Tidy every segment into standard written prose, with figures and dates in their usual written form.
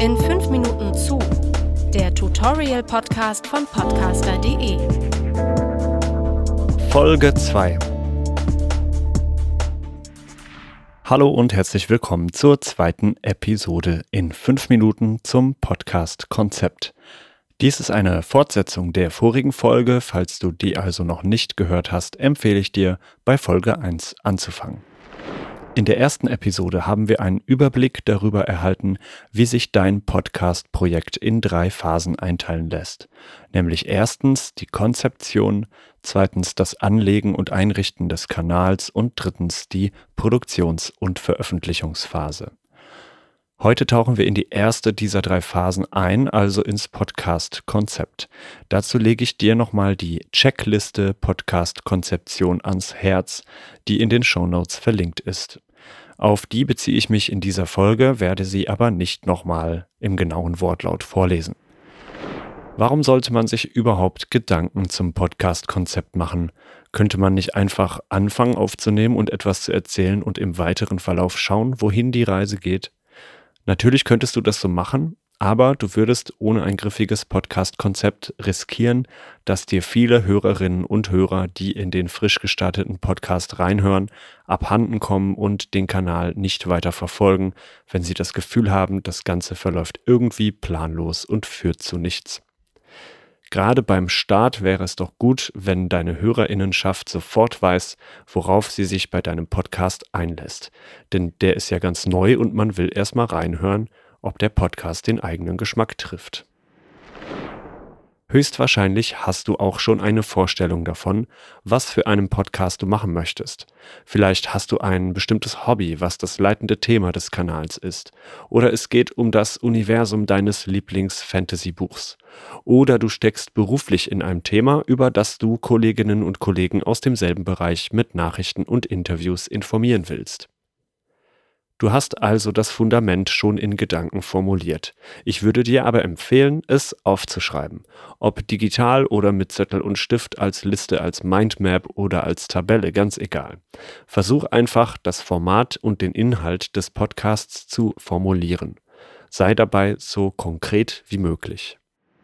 In 5 Minuten zu, der Tutorial-Podcast von podcaster.de. Folge 2. Hallo und herzlich willkommen zur zweiten Episode in 5 Minuten zum Podcast-Konzept. Dies ist eine Fortsetzung der vorigen Folge. Falls du die also noch nicht gehört hast, empfehle ich dir, bei Folge 1 anzufangen. In der ersten Episode haben wir einen Überblick darüber erhalten, wie sich dein Podcast-Projekt in 3 Phasen einteilen lässt. Nämlich erstens die Konzeption, zweitens das Anlegen und Einrichten des Kanals und drittens die Produktions- und Veröffentlichungsphase. Heute tauchen wir in die erste dieser 3 Phasen ein, also ins Podcast-Konzept. Dazu lege ich dir nochmal die Checkliste Podcast-Konzeption ans Herz, die in den Shownotes verlinkt ist. Auf die beziehe ich mich in dieser Folge, werde sie aber nicht nochmal im genauen Wortlaut vorlesen. Warum sollte man sich überhaupt Gedanken zum Podcast-Konzept machen? Könnte man nicht einfach anfangen aufzunehmen und etwas zu erzählen und im weiteren Verlauf schauen, wohin die Reise geht? Natürlich könntest du das so machen, aber du würdest ohne ein griffiges Podcast-Konzept riskieren, dass dir viele Hörerinnen und Hörer, die in den frisch gestarteten Podcast reinhören, abhanden kommen und den Kanal nicht weiter verfolgen, wenn sie das Gefühl haben, das Ganze verläuft irgendwie planlos und führt zu nichts. Gerade beim Start wäre es doch gut, wenn deine Hörerinnenschaft sofort weiß, worauf sie sich bei deinem Podcast einlässt. Denn der ist ja ganz neu und man will erstmal reinhören, ob der Podcast den eigenen Geschmack trifft. Höchstwahrscheinlich hast du auch schon eine Vorstellung davon, was für einen Podcast du machen möchtest. Vielleicht hast du ein bestimmtes Hobby, was das leitende Thema des Kanals ist. Oder es geht um das Universum deines Lieblings-Fantasy-Buchs. Oder du steckst beruflich in einem Thema, über das du Kolleginnen und Kollegen aus demselben Bereich mit Nachrichten und Interviews informieren willst. Du hast also das Fundament schon in Gedanken formuliert. Ich würde dir aber empfehlen, es aufzuschreiben. Ob digital oder mit Zettel und Stift, als Liste, als Mindmap oder als Tabelle, ganz egal. Versuch einfach, das Format und den Inhalt des Podcasts zu formulieren. Sei dabei so konkret wie möglich.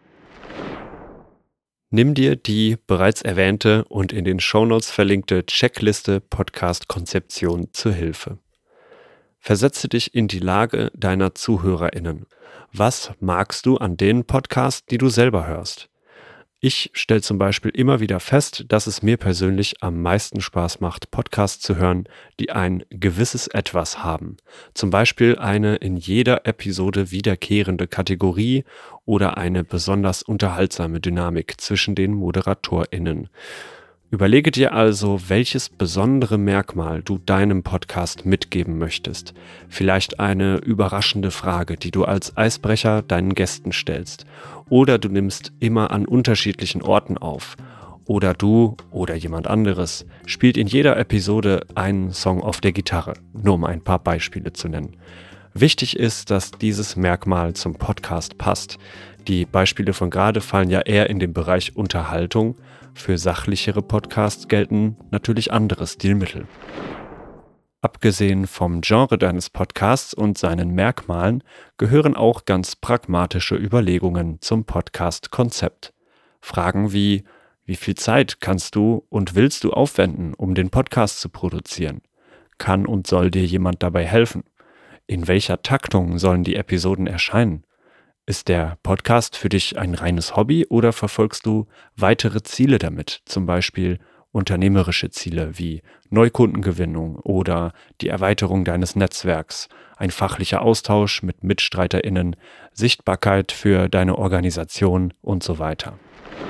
Nimm dir die bereits erwähnte und in den Shownotes verlinkte Checkliste Podcast-Konzeption zur Hilfe. Versetze dich in die Lage deiner ZuhörerInnen. Was magst du an den Podcasts, die du selber hörst? Ich stelle zum Beispiel immer wieder fest, dass es mir persönlich am meisten Spaß macht, Podcasts zu hören, die ein gewisses Etwas haben. Zum Beispiel eine in jeder Episode wiederkehrende Kategorie oder eine besonders unterhaltsame Dynamik zwischen den ModeratorInnen. Überlege dir also, welches besondere Merkmal du deinem Podcast mitgeben möchtest. Vielleicht eine überraschende Frage, die du als Eisbrecher deinen Gästen stellst. Oder du nimmst immer an unterschiedlichen Orten auf. Oder du oder jemand anderes spielt in jeder Episode einen Song auf der Gitarre, nur um ein paar Beispiele zu nennen. Wichtig ist, dass dieses Merkmal zum Podcast passt. Die Beispiele von gerade fallen ja eher in den Bereich Unterhaltung. Für sachlichere Podcasts gelten natürlich andere Stilmittel. Abgesehen vom Genre deines Podcasts und seinen Merkmalen gehören auch ganz pragmatische Überlegungen zum Podcast-Konzept. Fragen wie viel Zeit kannst du und willst du aufwenden, um den Podcast zu produzieren? Kann und soll dir jemand dabei helfen? In welcher Taktung sollen die Episoden erscheinen? Ist der Podcast für dich ein reines Hobby oder verfolgst du weitere Ziele damit, zum Beispiel unternehmerische Ziele wie Neukundengewinnung oder die Erweiterung deines Netzwerks, ein fachlicher Austausch mit MitstreiterInnen, Sichtbarkeit für deine Organisation und so weiter.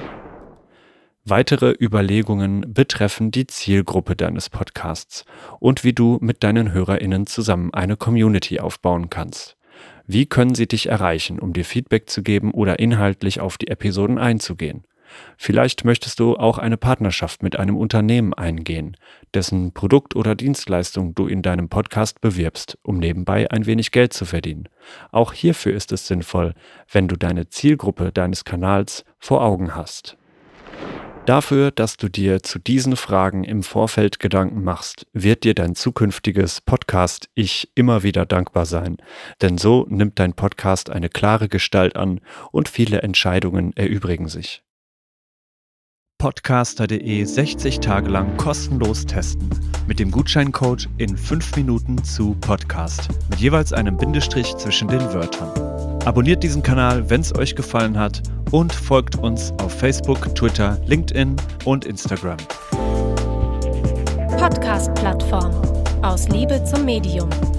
Weitere Überlegungen betreffen die Zielgruppe deines Podcasts und wie du mit deinen HörerInnen zusammen eine Community aufbauen kannst. Wie können sie dich erreichen, um dir Feedback zu geben oder inhaltlich auf die Episoden einzugehen? Vielleicht möchtest du auch eine Partnerschaft mit einem Unternehmen eingehen, dessen Produkt oder Dienstleistung du in deinem Podcast bewirbst, um nebenbei ein wenig Geld zu verdienen. Auch hierfür ist es sinnvoll, wenn du deine Zielgruppe deines Kanals vor Augen hast. Dafür, dass du dir zu diesen Fragen im Vorfeld Gedanken machst, wird dir dein zukünftiges Podcast-Ich immer wieder dankbar sein. Denn so nimmt dein Podcast eine klare Gestalt an und viele Entscheidungen erübrigen sich. Podcaster.de 60 Tage lang kostenlos testen. Mit dem Gutscheincode in 5 Minuten zu Podcast. Mit jeweils einem Bindestrich zwischen den Wörtern. Abonniert diesen Kanal, wenn es euch gefallen hat, und folgt uns auf Facebook, Twitter, LinkedIn und Instagram. Podcast-Plattform. Aus Liebe zum Medium.